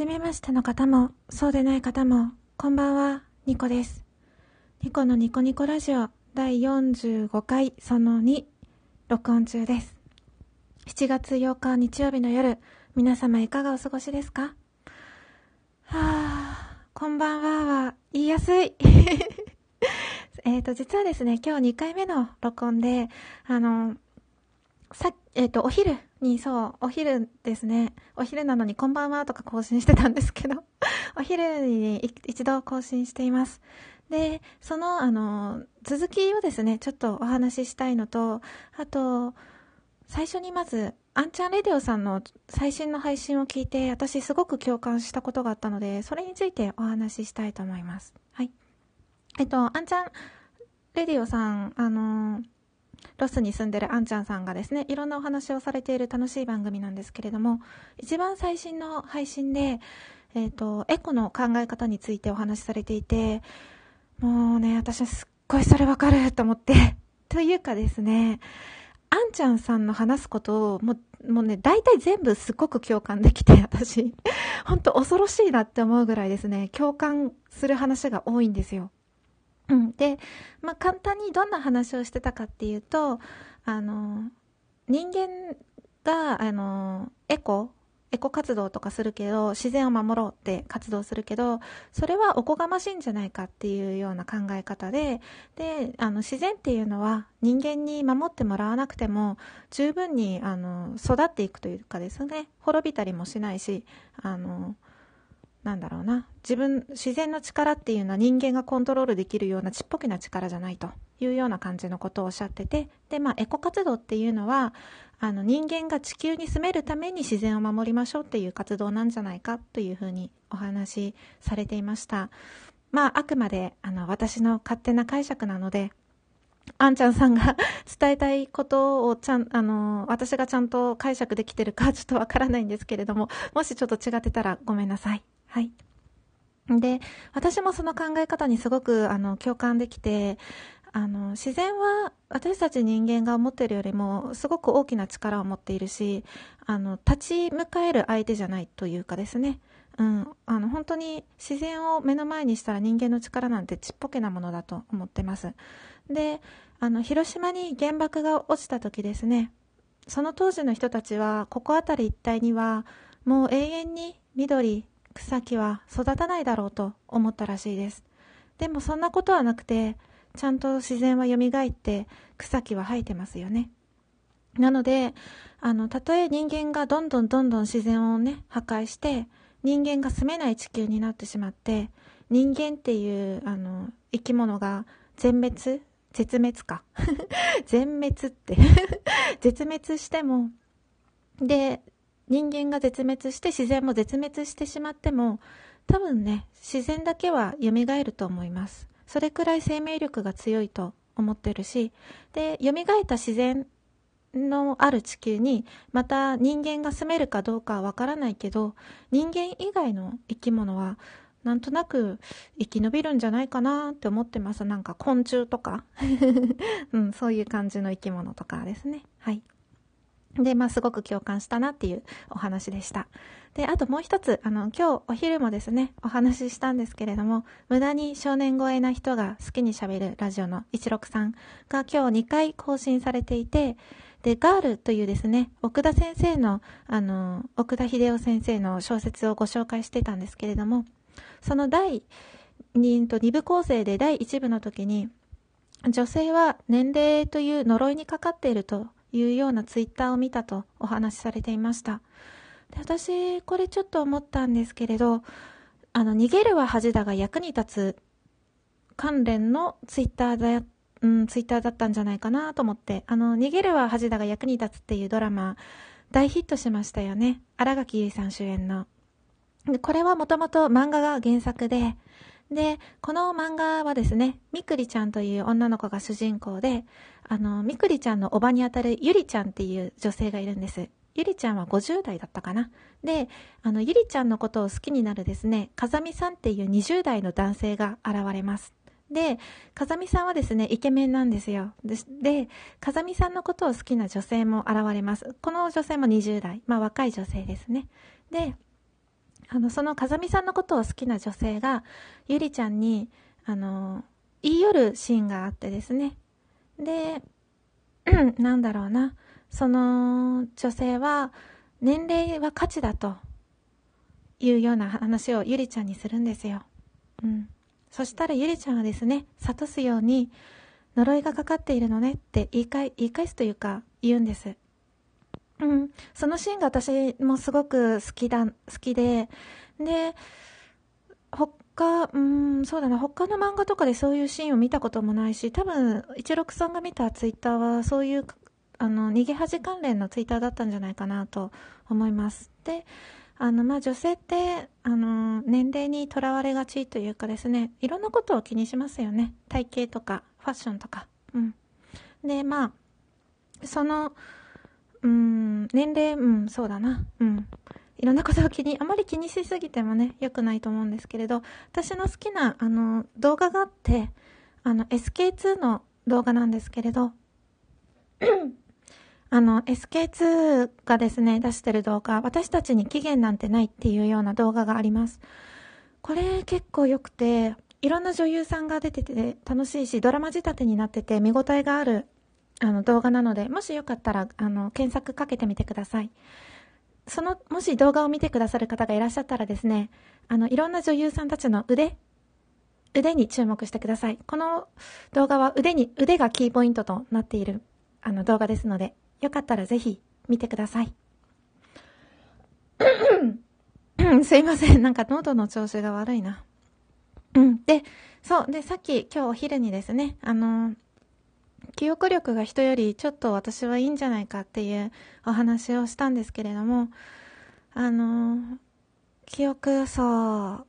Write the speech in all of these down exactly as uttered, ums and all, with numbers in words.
じめましての方も、そうでない方も、こんばんは、ニコです。ニコのニコニコラジオだいよんじゅうごかいそのに、録音中です。しちがつようか日曜日の夜、皆様いかがお過ごしですか？はぁ、こんばんはは言いやすい。えっと、実はですね、今日にかいめの録音で、あの、さえっ、ー、と、お昼に、そう、お昼ですね。お昼なのにこんばんはとか更新してたんですけど、お昼に一度更新しています。で、その、あの、続きをですね、ちょっとお話ししたいのと、あと、最初にまず、あんちゃんレディオさんの最新の配信を聞いて、私すごく共感したことがあったので、それについてお話ししたいと思います。はい。えっと、あんちゃんレディオさん、あの、ロスに住んでるあんちゃんさんがですね、いろんなお話をされている楽しい番組なんですけれども、一番最新の配信で、えっと、エコの考え方についてお話しされていて、もうね、私はすっごいそれわかると思って、というかですね、あんちゃんさんの話すことを、もう、もうね、大体全部すっごく共感できて、私、ほんと恐ろしいなって思うぐらいですね、共感する話が多いんですよ。うん、で、まあ、簡単にどんな話をしてたかっていうと、あの、人間が、あの、エコ、エコ活動とかするけど、自然を守ろうって活動するけど、それはおこがましいんじゃないかっていうような考え方で、で、あの、自然っていうのは人間に守ってもらわなくても、十分に、あの、育っていくというかですね、滅びたりもしないし、あの、なんだろうな、自分、自然の力っていうのは人間がコントロールできるようなちっぽけな力じゃないというような感じのことをおっしゃってて、で、まあ、エコ活動っていうのは、あの、人間が地球に住めるために自然を守りましょうっていう活動なんじゃないかというふうにお話しされていました。まあ、あくまで、あの、私の勝手な解釈なので、あんちゃんさんが伝えたいことをちゃん、あの、私がちゃんと解釈できてるかちょっとわからないんですけれども、もしちょっと違ってたらごめんなさい。はい。で、私もその考え方にすごくあの共感できて、あの自然は私たち人間が思っているよりもすごく大きな力を持っているし、あの立ち向かえる相手じゃないというかですね、うん、あの本当に自然を目の前にしたら人間の力なんてちっぽけなものだと思ってます。で、あの広島に原爆が落ちた時ですね、その当時の人たちはここ辺り一帯にはもう永遠に緑、草木は育たないだろうと思ったらしいです。でもそんなことはなくて、ちゃんと自然は蘇って草木は生えてますよね。なので、あの、たとえ人間がどんどんどんどん自然をね、破壊して、人間が住めない地球になってしまって、人間っていう、あの、生き物が全滅絶滅か。全滅って絶滅しても、で、人間が絶滅して自然も絶滅してしまっても、多分ね、自然だけは蘇ると思います。それくらい生命力が強いと思ってるし、で、蘇った自然のある地球にまた人間が住めるかどうかはわからないけど、人間以外の生き物はなんとなく生き延びるんじゃないかなって思ってます。なんか昆虫とか、うん、そういう感じの生き物とかですね。はい。で、まあ、すごく共感したなっていうお話でした。で、あともう一つ、あの、今日お昼もですね、お話ししたんですけれども、無駄に少年超えな人が好きに喋るラジオのいちろくさんが今日にかい更新されていて、で、ガールというですね、奥田先生の、あの、奥田秀夫先生の小説をご紹介してたんですけれども、その第に部構成でだいいち部の時に、女性は年齢という呪いにかかっているというようなツイッターを見たとお話しされていました。で、私これちょっと思ったんですけれど、あの逃げるは恥だが役に立つ関連のツイッターだ、うん、ツイッターだったんじゃないかなと思って、あの逃げるは恥だが役に立つっていうドラマ大ヒットしましたよね。新垣結衣さん主演の。で、これはもともと漫画が原作で、で、この漫画はですね、みくりちゃんという女の子が主人公で、あの、みくりちゃんのおばにあたるゆりちゃんっていう女性がいるんです。ゆりちゃんはごじゅう代だったかな。で、あの、ゆりちゃんのことを好きになるですね、風見さんっていうにじゅう代の男性が現れます。で、風見さんはですね、イケメンなんですよ。で、で風見さんのことを好きな女性も現れます。この女性もにじゅう代、まあ若い女性ですね。で、 あの、その風見さんのことを好きな女性が、ゆりちゃんに、あの、言い寄るシーンがあってですね。で、なんだろうな。その女性は、年齢は価値だというような話をゆりちゃんにするんですよ。うん。そしたらゆりちゃんはですね、諭すように、呪いがかかっているのねって言い返、言い返すというか、言うんです。うん。そのシーンが私もすごく好きだ、好きで、で、他、うん、そうだな、他の漫画とかでそういうシーンを見たこともないし、多分、一六さんが見たツイッターは、そういう、あの、逃げ恥関連のツイッターだったんじゃないかなと思います。で、あの、まあ、女性って、あの、年齢にとらわれがちというかですね、いろんなことを気にしますよね。体型とか、ファッションとか。うん。で、まあ、その、うん、年齢、うん、そうだな。うん。いろんなことを気に、あまり気にしすぎてもね、良くないと思うんですけれど、私の好きな、あの、動画があって、あの、エスケーツー の動画なんですけれど、あの、エスケーツー がですね、出してる動画、私たちに期限なんてないっていうような動画があります。これ結構良くて、いろんな女優さんが出てて楽しいし、ドラマ仕立てになってて見応えがあるあの動画なので、もしよかったらあの検索かけてみてください。その、もし動画を見てくださる方がいらっしゃったらですね、あの、いろんな女優さんたちの腕、腕に注目してください。この動画は腕に、腕がキーポイントとなっているあの動画ですので、よかったらぜひ見てください。すいません。なんか喉の調子が悪いな。うん。で、そう。で、さっき今日お昼にですね、あの、記憶力が人よりちょっと私はいいんじゃないかっていうお話をしたんですけれども、あの、記憶、そう、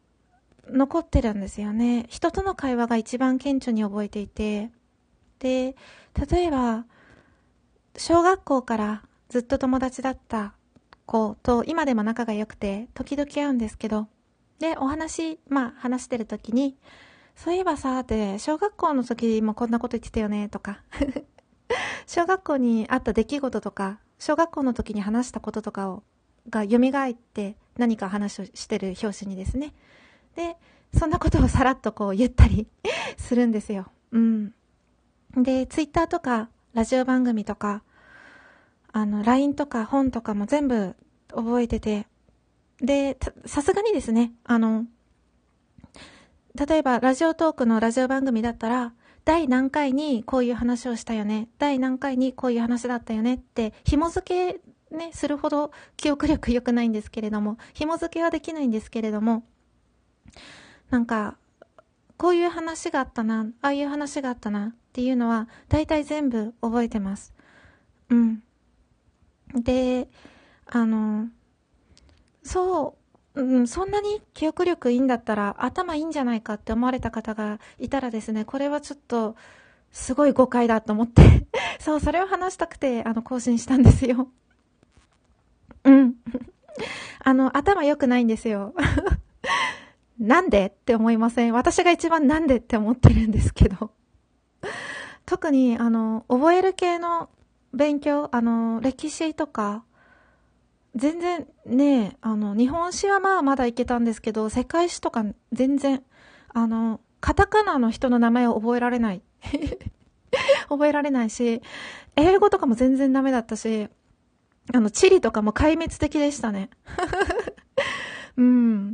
残ってるんですよね。人との会話が一番顕著に覚えていて、で、例えば、小学校からずっと友達だった子と今でも仲が良くて、時々会うんですけど、で、お話、まあ話してる時に、そういえばさ、って、小学校の時もこんなこと言ってたよね、とか。小学校にあった出来事とか、小学校の時に話したこととかを、が蘇って何か話をしてる表紙にですね。で、そんなことをさらっとこう言ったりするんですよ。うん。で、ツイッターとか、ラジオ番組とか、あの、ライン とか本とかも全部覚えてて、で、さすがにですね、あの、例えばラジオトークのラジオ番組だったら、第何回にこういう話をしたよね、第何回にこういう話だったよねって、紐付けね、するほど記憶力良くないんですけれども、紐付けはできないんですけれども、なんか、こういう話があったな、ああいう話があったなっていうのは、大体全部覚えてます。うん。で、あの、そう、うん、そんなに記憶力いいんだったら頭いいんじゃないかって思われた方がいたらですね、これはちょっとすごい誤解だと思ってそう、それを話したくてあの更新したんですよ。うんあの頭良くないんですよなんでって思いません？私が一番なんでって思ってるんですけど特にあの覚える系の勉強、あの歴史とか全然ね、あの、日本史はまあまだいけたんですけど、世界史とか全然、あの、カタカナの人の名前を覚えられない。覚えられないし、英語とかも全然ダメだったし、あの、地理とかも壊滅的でしたね。うん。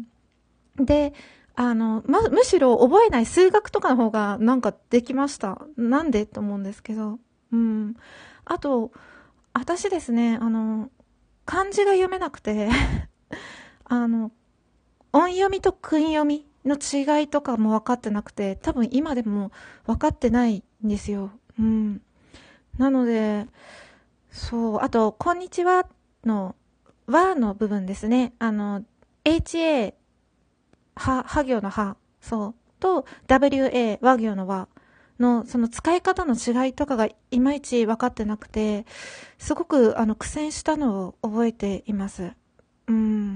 で、あの、ま、むしろ覚えない数学とかの方がなんかできました。なんでと思うんですけど。うん。あと、私ですね、あの、漢字が読めなくてあの、音読みと訓読みの違いとかも分かってなくて、多分今でも分かってないんですよ。うん。なので、そう、あと、こんにちはの、はの部分ですね。あの、エイチエー、は、は行のは、そう、と、ダブリューエー、和行の和の、その使い方の違いとかがいまいち分かってなくて、すごく、あの、苦戦したのを覚えています。うん。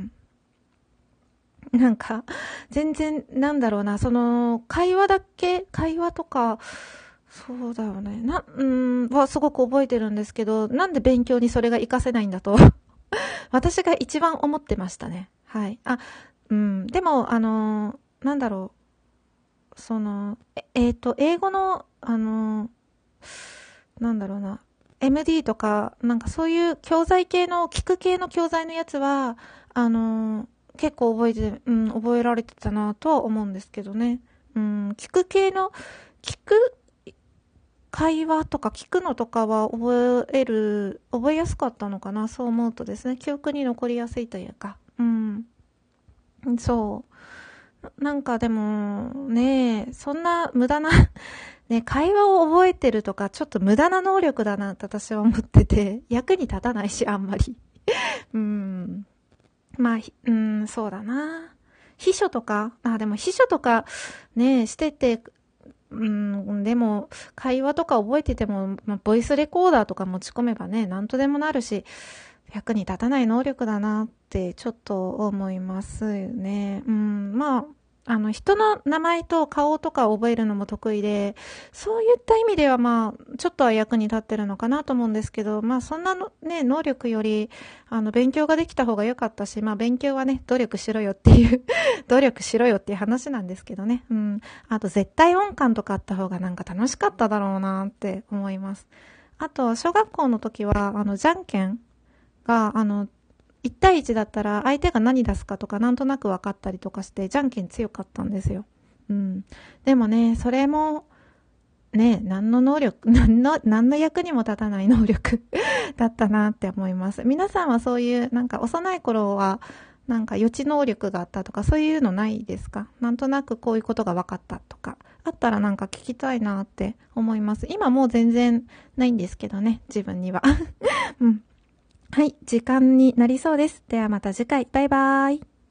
なんか、全然、なんだろうな、その、会話だけ、会話とか、そうだよね。な、うーん、はすごく覚えてるんですけど、なんで勉強にそれが活かせないんだと私が一番思ってましたね。はい。あ、 うん。でも、あの、なんだろう。その、え、えーと、英語の、あの、なんだろうな。エムディー とか、なんかそういう教材系の、聞く系の教材のやつは、あの、結構覚えて、うん、覚えられてたなとは思うんですけどね。うん、聞く系の、聞く会話とか聞くのとかは覚える、覚えやすかったのかな、そう思うとですね、記憶に残りやすいというか。うん。そう。なんかでも、ねえ、そんな無駄なね、会話を覚えてるとか、ちょっと無駄な能力だなって私は思ってて、役に立たないし、あんまり。うん。まあ、うん、そうだな。秘書とか、あ、でも秘書とか、ね、してて、うん、でも、会話とか覚えてても、まあ、ボイスレコーダーとか持ち込めばね、なんとでもなるし、役に立たない能力だなってちょっと思いますよね。うん、まあ、あの、人の名前と顔とかを覚えるのも得意で、そういった意味ではまあ、ちょっとは役に立ってるのかなと思うんですけど、まあ、そんなのね、能力より、あの、勉強ができた方が良かったし、まあ、勉強はね、努力しろよっていう努力しろよっていう話なんですけどね。うん。あと、絶対音感とかあった方がなんか楽しかっただろうなって思います。あと、小学校の時は、あの、じゃんけんが、あの、いち対いちだったら相手が何出すかとかなんとなく分かったりとかして、じゃんけん強かったんですよ。うん。でもね、それも、ね、何の能力、何の、何の役にも立たない能力だったなって思います。皆さんはそういう、なんか幼い頃は、なんか予知能力があったとか、そういうのないですか？なんとなくこういうことが分かったとか、あったらなんか聞きたいなって思います。今もう全然ないんですけどね、自分には。うん。はい、時間になりそうです。ではまた次回、バイバーイ。